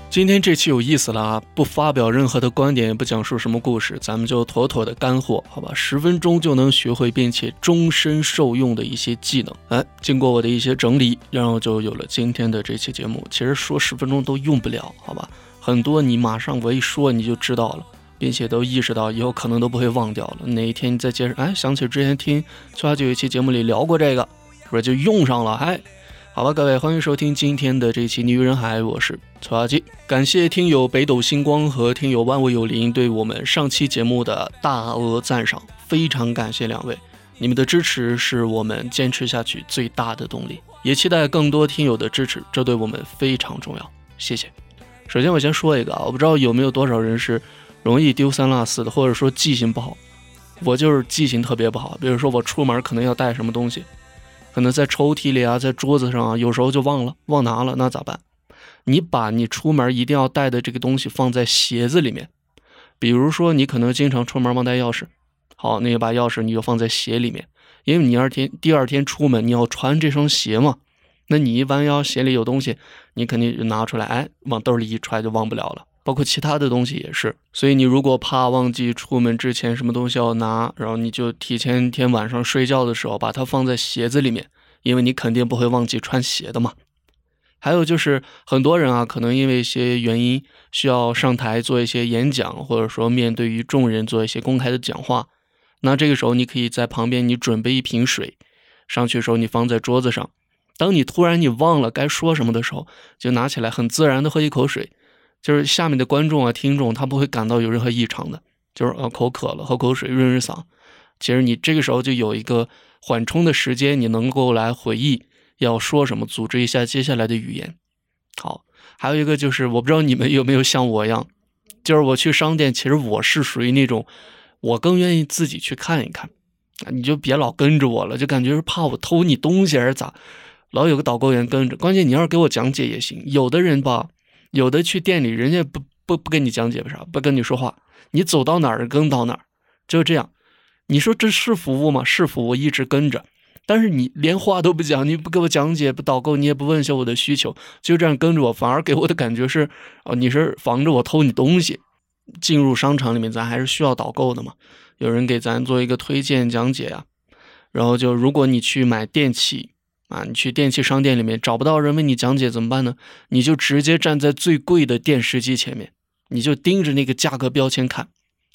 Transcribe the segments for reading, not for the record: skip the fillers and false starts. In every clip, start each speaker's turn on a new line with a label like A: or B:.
A: 今天这期有意思了啊！不发表任何的观点，也不讲述什么故事，咱们就妥妥的干货，好吧？10分钟就能学会并且终身受用的一些技能。经过我的一些整理，然后就有了今天的这期节目。其实说10分钟都用不了，好吧？很多你马上我一说你就知道了，并且都意识到以后可能都不会忘掉了。哪一天你再接着，想起之前听就有一期节目里聊过这个，是不是就用上了？好吧，各位，欢迎收听今天的这期泥鱼人海，我是崔阿基。感谢听友北斗星光和听友万物有灵对我们上期节目的大额赞赏，非常感谢两位，你们的支持是我们坚持下去最大的动力，也期待更多听友的支持，这对我们非常重要，谢谢。首先我先说一个我不知道有没有多少人是容易丢三落四的，或者说记性不好。我就是记性特别不好，比如说我出门可能要带什么东西，可能在抽屉里在桌子上有时候就忘拿了，那咋办？你把你出门一定要带的这个东西放在鞋子里面。比如说你可能经常出门忘带钥匙，好，那就把钥匙你就放在鞋里面，因为你第二天出门你要穿这双鞋嘛，那你一弯腰鞋里有东西，你肯定就拿出来，往兜里一揣就忘不了了。包括其他的东西也是，所以你如果怕忘记出门之前什么东西要拿，然后你就提前一天晚上睡觉的时候把它放在鞋子里面，因为你肯定不会忘记穿鞋的嘛。还有就是很多人可能因为一些原因需要上台做一些演讲，或者说面对于众人做一些公开的讲话，那这个时候你可以在旁边你准备一瓶水，上去的时候你放在桌子上，当你突然你忘了该说什么的时候，就拿起来很自然的喝一口水，就是下面的观众听众他不会感到有任何异常的，就是口渴了喝口水润润嗓。其实你这个时候就有一个缓冲的时间，你能够来回忆要说什么，组织一下接下来的语言。好，还有一个就是我不知道你们有没有像我一样，就是我去商店，其实我是属于那种我更愿意自己去看一看，你就别老跟着我了，就感觉是怕我偷你东西还是咋，老有个导购员跟着。关键你要是给我讲解也行，有的人吧，有的去店里人家不跟你讲解啥，不跟你说话，你走到哪儿跟到哪儿，就这样。你说这是服务吗？是服务，一直跟着，但是你连话都不讲，你不给我讲解不导购，你也不问一下我的需求，就这样跟着我，反而给我的感觉是你是防着我偷你东西。进入商场里面咱还是需要导购的嘛，有人给咱做一个推荐讲解然后就如果你去买电器你去电器商店里面找不到人为你讲解怎么办呢？你就直接站在最贵的电视机前面，你就盯着那个价格标签看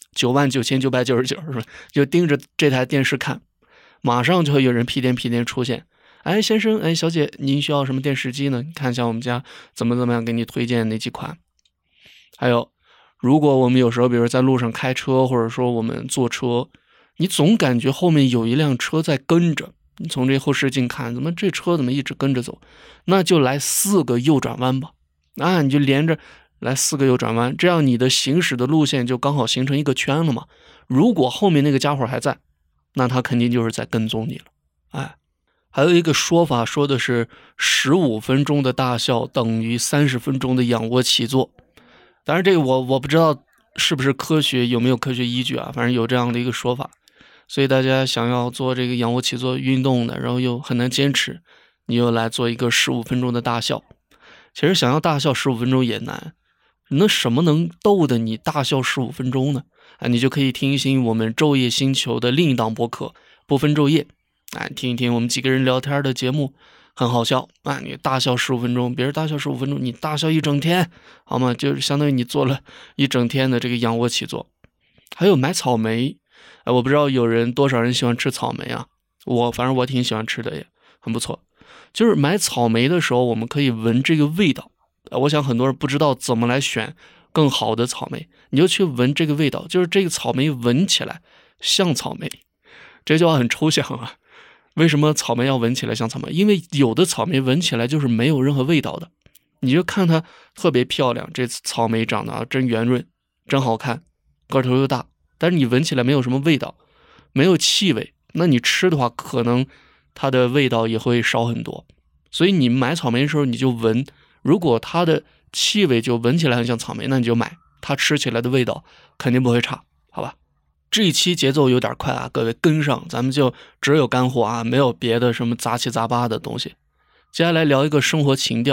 A: ，99,999是吧？就盯着这台电视看，马上就会有人屁颠出现。先生，小姐，您需要什么电视机呢？你看一下我们家怎么样，给你推荐哪几款。还有，如果我们有时候比如在路上开车，或者说我们坐车，你总感觉后面有一辆车在跟着，你从这后视镜看，怎么这车怎么一直跟着走？那就来4个右转弯吧。你就连着来4个右转弯，这样你的行驶的路线就刚好形成一个圈了嘛。如果后面那个家伙还在，那他肯定就是在跟踪你了。还有一个说法说的是15分钟的大笑等于30分钟的仰卧起坐。当然这个我不知道是不是科学，有没有科学依据反正有这样的一个说法。所以大家想要做这个仰卧起坐运动的，然后又很难坚持，你又来做一个15分钟的大笑。其实想要大笑15分钟也难，那什么能逗得你大笑15分钟呢？你就可以听一听我们昼夜星球的另一档播客不分昼夜，听一听我们几个人聊天的节目，很好笑你大笑15分钟，别人大笑15分钟，你大笑一整天，好吗？就是相当于你做了一整天的这个仰卧起坐。还有买草莓，我不知道多少人喜欢吃草莓反正我挺喜欢吃的，也很不错。就是买草莓的时候，我们可以闻这个味道。我想很多人不知道怎么来选更好的草莓，你就去闻这个味道，就是这个草莓闻起来像草莓。这句话很抽象为什么草莓要闻起来像草莓？因为有的草莓闻起来就是没有任何味道的，你就看它特别漂亮，这草莓长得真圆润，真好看，个头又大，但是你闻起来没有什么味道，没有气味，那你吃的话可能它的味道也会少很多。所以你买草莓的时候你就闻，如果它的气味就闻起来很像草莓，那你就买，它吃起来的味道肯定不会差，好吧？这一期节奏有点快各位跟上，咱们就只有干货没有别的什么杂七杂八的东西。接下来聊一个生活情调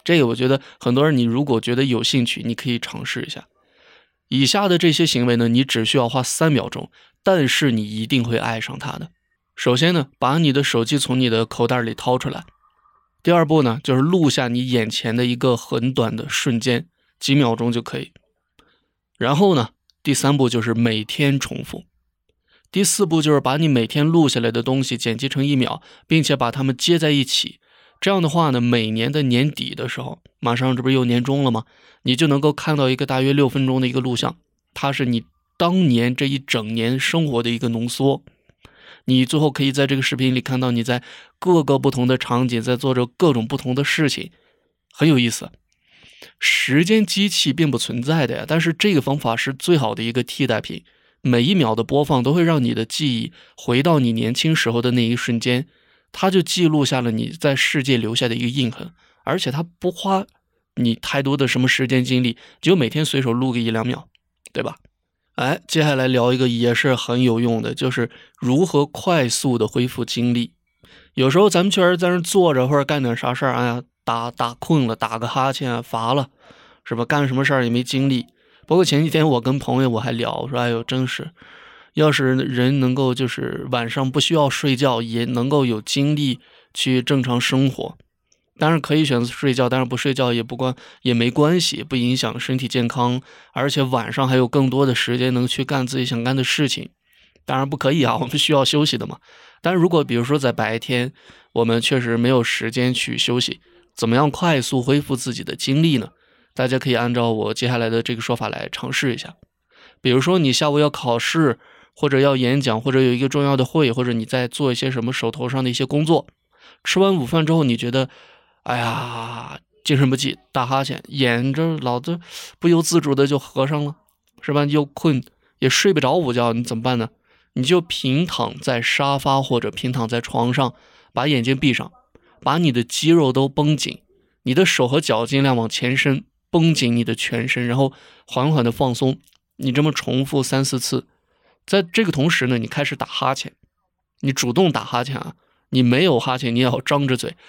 A: 这个我觉得很多人你如果觉得有兴趣，你可以尝试一下。以下的这些行为呢，你只需要花3秒钟，但是你一定会爱上它的。首先呢，把你的手机从你的口袋里掏出来。第二步呢，就是录下你眼前的一个很短的瞬间，几秒钟就可以。然后呢，第3步就是每天重复。第4步就是把你每天录下来的东西剪辑成1秒，并且把它们接在一起。这样的话呢，每年的年底的时候，马上这不是又年终了吗？你就能够看到一个大约6分钟的一个录像，它是你当年这一整年生活的一个浓缩。你最后可以在这个视频里看到你在各个不同的场景在做着各种不同的事情，很有意思。时间机器并不存在的呀，但是这个方法是最好的一个替代品。每1秒的播放都会让你的记忆回到你年轻时候的那一瞬间，它就记录下了你在世界留下的一个印痕，而且它不花你太多的什么时间精力，就每天随手录个1-2秒，对吧？接下来聊一个也是很有用的，就是如何快速的恢复精力。有时候咱们确实在那坐着或者干点啥事儿，打困了，打个哈欠乏了，是吧？干什么事儿也没精力。包括前几天我跟朋友我还聊说，真是，要是人能够就是晚上不需要睡觉，也能够有精力去正常生活。当然可以选择睡觉，但是不睡觉也没关系，不影响身体健康，而且晚上还有更多的时间能去干自己想干的事情。当然不可以我们需要休息的嘛。但是如果比如说在白天，我们确实没有时间去休息，怎么样快速恢复自己的精力呢？大家可以按照我接下来的这个说法来尝试一下。比如说你下午要考试，或者要演讲，或者有一个重要的会，或者你在做一些什么手头上的一些工作，吃完午饭之后你觉得精神不济，打哈欠，眼着老子不由自主的就合上了，是吧？又困也睡不着午觉，你怎么办呢？你就平躺在沙发或者平躺在床上，把眼睛闭上，把你的肌肉都绷紧，你的手和脚尽量往前伸，绷紧你的全身，然后缓缓的放松。你这么重复3-4次，在这个同时呢，你开始打哈欠，你主动打哈欠你没有哈欠，你也要张着嘴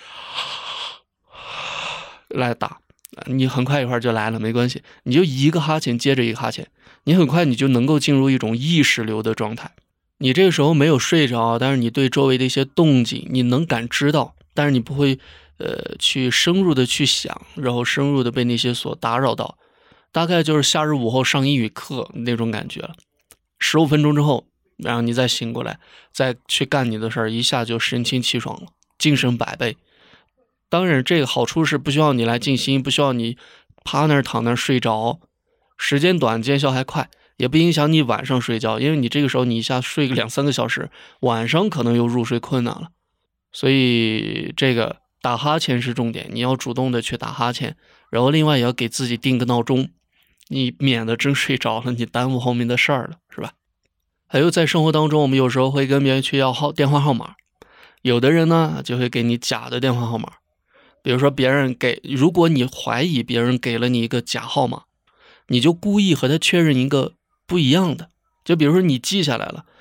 A: 来打，你很快一会儿就来了，没关系，你就一个哈欠接着一个哈欠，你很快你就能够进入一种意识流的状态。你这个时候没有睡着，但是你对周围的一些动静你能感知到，但是你不会去深入的去想，然后深入的被那些所打扰到，大概就是夏日午后上英语课那种感觉了。15分钟之后，然后你再醒过来，再去干你的事儿，一下就神清气爽了，精神100倍。当然这个好处是不需要你来静心，不需要你趴那儿躺那儿睡着，时间短见效还快，也不影响你晚上睡觉，因为你这个时候你一下睡个2-3个小时，晚上可能又入睡困难了。所以这个打哈欠是重点，你要主动的去打哈欠，然后另外也要给自己定个闹钟，你免得真睡着了，你耽误后面的事儿了，是吧？还有在生活当中，我们有时候会跟别人去要电话号码，有的人呢就会给你假的电话号码。比如说如果你怀疑别人给了你一个假号码，你就故意和他确认一个不一样的。就比如说你记下来了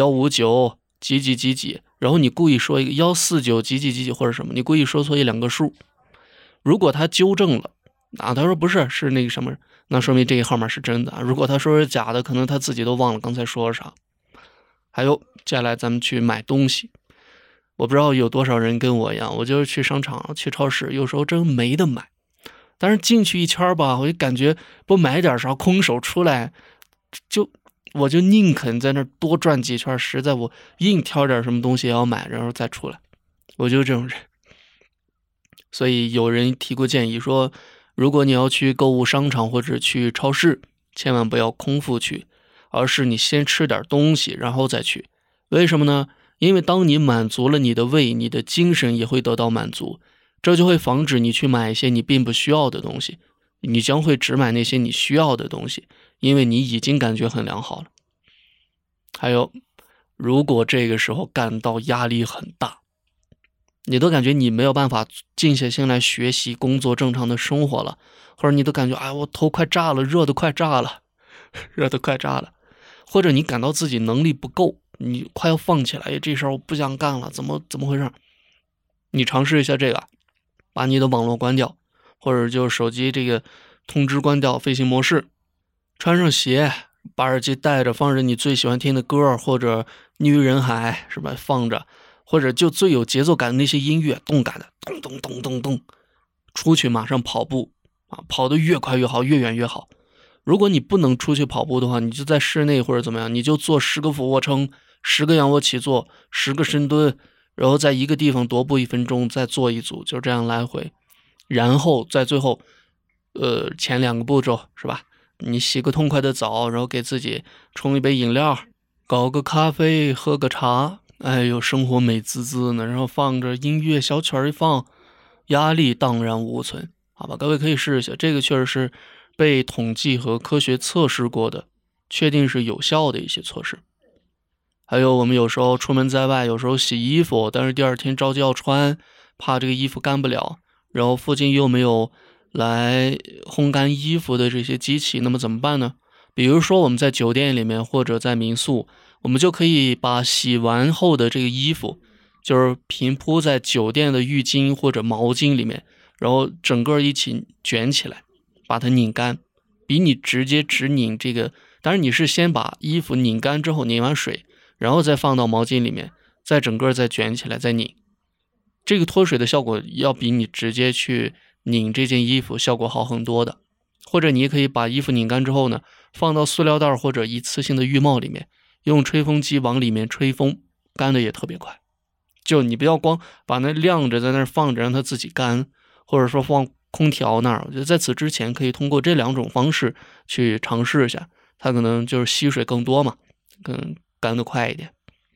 A: 159几几几几，然后你故意说一个149几几几几或者什么，你故意说错1-2个数。如果他纠正了他说不是，是那个什么，那说明这个号码是真的。如果他说是假的，可能他自己都忘了刚才说了啥。还有接下来咱们去买东西，我不知道有多少人跟我一样，我就是去商场去超市，有时候真没得买，但是进去一圈吧，我就感觉不买点啥空手出来，我就宁肯在那多转几圈，实在我硬挑点什么东西也要买，然后再出来，我就这种人。所以有人提过建议说，如果你要去购物商场或者去超市，千万不要空腹去，而是你先吃点东西然后再去。为什么呢？因为当你满足了你的胃，你的精神也会得到满足，这就会防止你去买一些你并不需要的东西，你将会只买那些你需要的东西，因为你已经感觉很良好了。还有，如果这个时候感到压力很大，你都感觉你没有办法静下心来学习、工作、正常的生活了，或者你都感觉我头快炸了，热得快炸了，或者你感到自己能力不够，你快要放弃了，这事儿我不想干了，怎么回事？你尝试一下这个，把你的网络关掉， 或者就是手机这个通知关掉飞行模式，穿上鞋，把耳机戴着，放着你最喜欢听的歌，或者女人海是吧放着，或者就最有节奏感的那些音乐，动感的咚咚咚咚咚，出去马上跑步啊，跑得越快越好，越远越好。如果你不能出去跑步的话，你就在室内或者怎么样，你就做10个俯卧撑，10个仰卧起坐，10个深蹲，然后在一个地方踱步1分钟，再做一组，就这样来回。然后在最后前2个步骤是吧，你洗个痛快的澡，然后给自己冲一杯饮料，搞个咖啡，喝个茶，哎呦，生活美滋滋呢。然后放着音乐，小曲儿一放，压力荡然无存。好吧，各位可以试一下，这个确实是被统计和科学测试过的，确定是有效的一些措施。还有我们有时候出门在外，有时候洗衣服，但是第2天着急要穿，怕这个衣服干不了，然后附近又没有来烘干衣服的这些机器，那么怎么办呢？比如说我们在酒店里面或者在民宿，我们就可以把洗完后的这个衣服就是平铺在酒店的浴巾或者毛巾里面，然后整个一起卷起来，把它拧干，比你直接只拧这个，当然你是先把衣服拧干之后拧完水，然后再放到毛巾里面，再整个再卷起来再拧，这个脱水的效果要比你直接去拧这件衣服效果好很多的。或者你也可以把衣服拧干之后呢，放到塑料袋或者一次性的浴帽里面，用吹风机往里面吹风，干的也特别快。就你不要光把那晾着在那儿放着让它自己干，或者说放空调那儿，我觉得在此之前可以通过这2种方式去尝试一下，它可能就是吸水更多嘛，更干得快一点。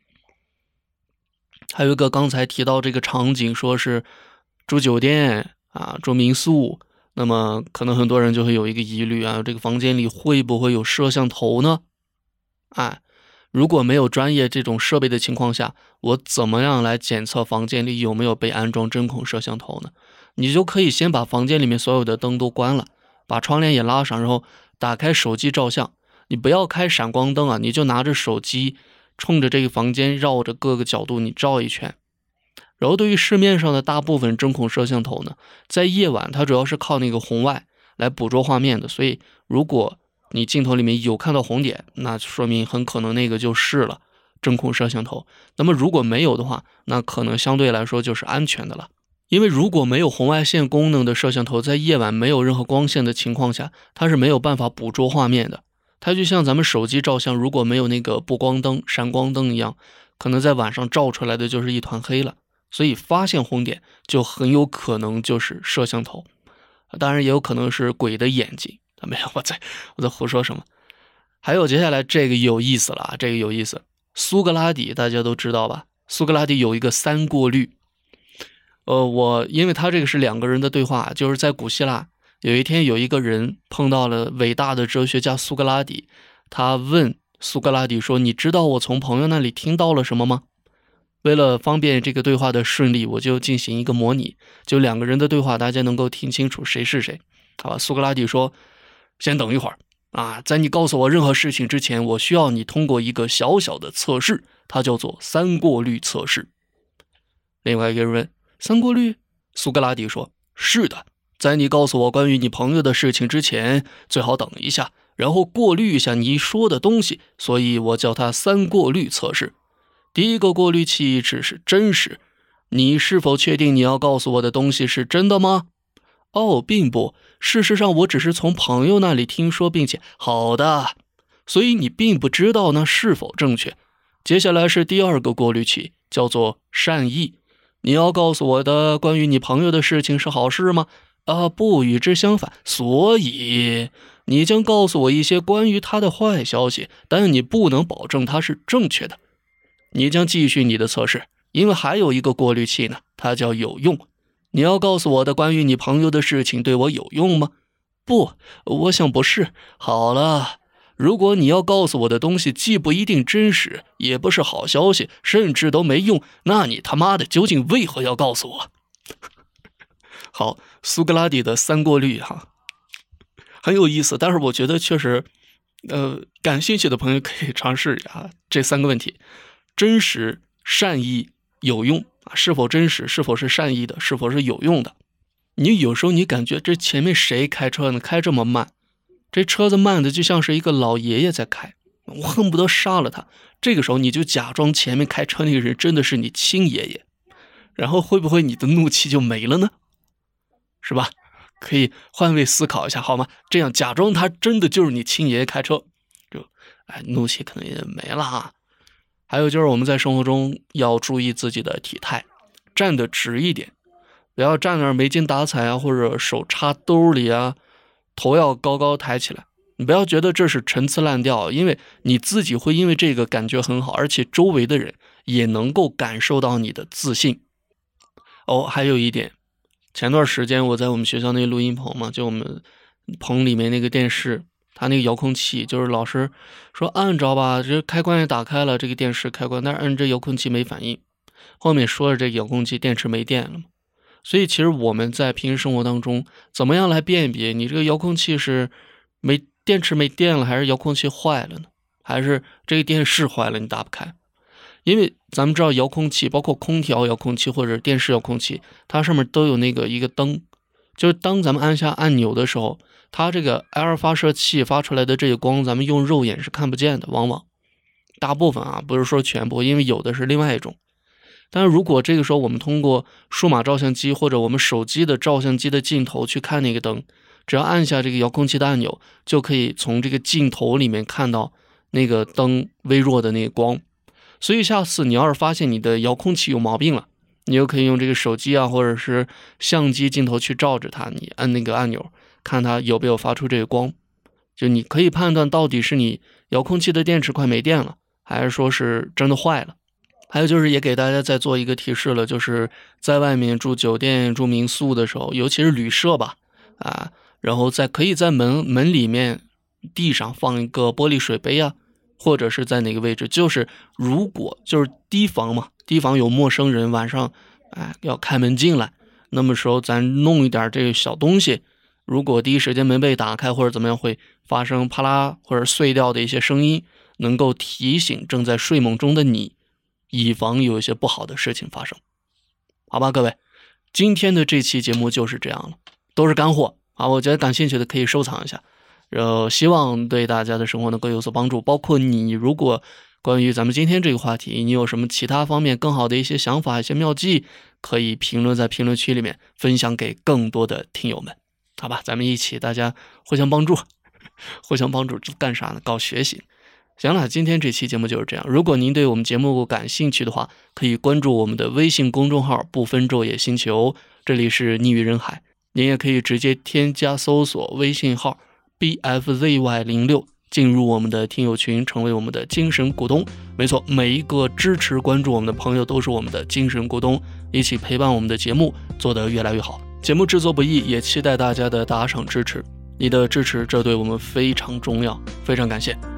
A: 还有一个刚才提到这个场景，说是住酒店啊，住民宿，那么可能很多人就会有一个疑虑啊，这个房间里会不会有摄像头呢？哎，如果没有专业这种设备的情况下，我怎么样来检测房间里有没有被安装针孔摄像头呢？你就可以先把房间里面所有的灯都关了，把窗帘也拉上，然后打开手机照相。你不要开闪光灯啊，你就拿着手机冲着这个房间绕着各个角度你照一圈。然后对于市面上的大部分针孔摄像头呢，在夜晚它主要是靠那个红外来捕捉画面的，所以如果你镜头里面有看到红点，那说明很可能那个就是了针孔摄像头。那么如果没有的话，那可能相对来说就是安全的了。因为如果没有红外线功能的摄像头，在夜晚没有任何光线的情况下，它是没有办法捕捉画面的。它就像咱们手机照相，如果没有那个补光灯、闪光灯一样，可能在晚上照出来的就是一团黑了。所以发现红点就很有可能就是摄像头，当然也有可能是鬼的眼睛。没有，我在胡说什么？还有接下来这个有意思了啊，这个有意思。苏格拉底大家都知道吧？苏格拉底有一个3过滤。因为他这个是2个人的对话，就是在古希腊，有一天有一个人碰到了伟大的哲学家苏格拉底，他问苏格拉底说：“你知道我从朋友那里听到了什么吗？”为了方便这个对话的顺利，我就进行一个模拟，就2个人的对话，大家能够听清楚谁是谁。好吧，苏格拉底说：“先等一会儿啊，在你告诉我任何事情之前，我需要你通过一个小小的测试，它叫做3过滤测试。”另外一个人问：“3过滤？”苏格拉底说：“是的，在你告诉我关于你朋友的事情之前，最好等一下，然后过滤一下你说的东西，所以我叫它3过滤测试。第一个过滤器只是真实，你是否确定你要告诉我的东西是真的吗？”“哦，并不，事实上我只是从朋友那里听说，并且……”“好的，所以你并不知道那是否正确。接下来是第2个过滤器，叫做善意。你要告诉我的关于你朋友的事情是好事吗？”“不，与之相反，所以你将告诉我一些关于他的坏消息，但你不能保证它是正确的。你将继续你的测试，因为还有一个过滤器呢，它叫有用。你要告诉我的关于你朋友的事情对我有用吗？”“不，我想不是。”“好了，如果你要告诉我的东西既不一定真实，也不是好消息，甚至都没用，那你他妈的究竟为何要告诉我？”好，苏格拉底的3过滤哈，很有意思，但是我觉得确实感兴趣的朋友可以尝试啊这3个问题：真实、善意、有用啊，是否真实，是否是善意的，是否是有用的。 你有时候你感觉这前面谁开车呢？开这么慢，这车子慢的就像是一个老爷爷在开，我恨不得杀了他。这个时候你就假装前面开车那个人真的是你亲爷爷，然后会不会你的怒气就没了呢？是吧？可以换位思考一下好吗？这样假装他真的就是你亲爷爷开车，就怒气可能也没了啊。还有就是我们在生活中要注意自己的体态，站得直一点，不要站那儿没精打采啊，或者手插兜里啊，头要高高抬起来。你不要觉得这是陈词滥调，因为你自己会因为这个感觉很好，而且周围的人也能够感受到你的自信。还有一点，前段时间我在我们学校那个录音棚嘛，就我们棚里面那个电视，它那个遥控器，就是老师说按着吧，这开关也打开了，这个电视开关，但是按这遥控器没反应。后面说了这遥控器电池没电了嘛，所以其实我们在平时生活当中，怎么样来辨别你这个遥控器是电池没电了，还是遥控器坏了呢？还是这个电视坏了你打不开？因为咱们知道遥控器，包括空调遥控器或者电视遥控器，它上面都有一个灯，就是当咱们按下按钮的时候，它这个 L 发射器发出来的这个光，咱们用肉眼是看不见的，往往大部分啊，不是说全部，因为有的是另外一种。但是如果这个时候我们通过数码照相机或者我们手机的照相机的镜头去看那个灯，只要按下这个遥控器的按钮，就可以从这个镜头里面看到那个灯微弱的那个光。所以下次你要是发现你的遥控器有毛病了，你就可以用这个手机啊，或者是相机镜头去照着它，你按那个按钮，看它有没有发出这个光。就你可以判断到底是你遥控器的电池快没电了，还是说是真的坏了。还有就是也给大家再做一个提示了，就是在外面住酒店住民宿的时候，尤其是旅社吧，然后可以在门里面地上放一个玻璃水杯啊，或者是在哪个位置，就是如果就是提防嘛，提防有陌生人晚上要开门进来，那么时候咱弄一点这个小东西，如果第一时间门被打开或者怎么样，会发生啪啦或者碎掉的一些声音，能够提醒正在睡梦中的你，以防有一些不好的事情发生。好吧，各位，今天的这期节目就是这样了，都是干货啊！我觉得感兴趣的可以收藏一下，然后希望对大家的生活能够有所帮助。包括你如果关于咱们今天这个话题，你有什么其他方面更好的一些想法、一些妙计，可以评论在评论区里面分享给更多的听友们。好吧，咱们一起大家互相帮助，互相帮助干啥呢？搞学习。行了，今天这期节目就是这样。如果您对我们节目感兴趣的话，可以关注我们的微信公众号不分昼夜星球，这里是逆于人海。您也可以直接添加搜索微信号 BFZY06， 进入我们的听友群，成为我们的精神股东。没错，每一个支持关注我们的朋友都是我们的精神股东，一起陪伴我们的节目做得越来越好。节目制作不易，也期待大家的打赏支持，你的支持这对我们非常重要，非常感谢。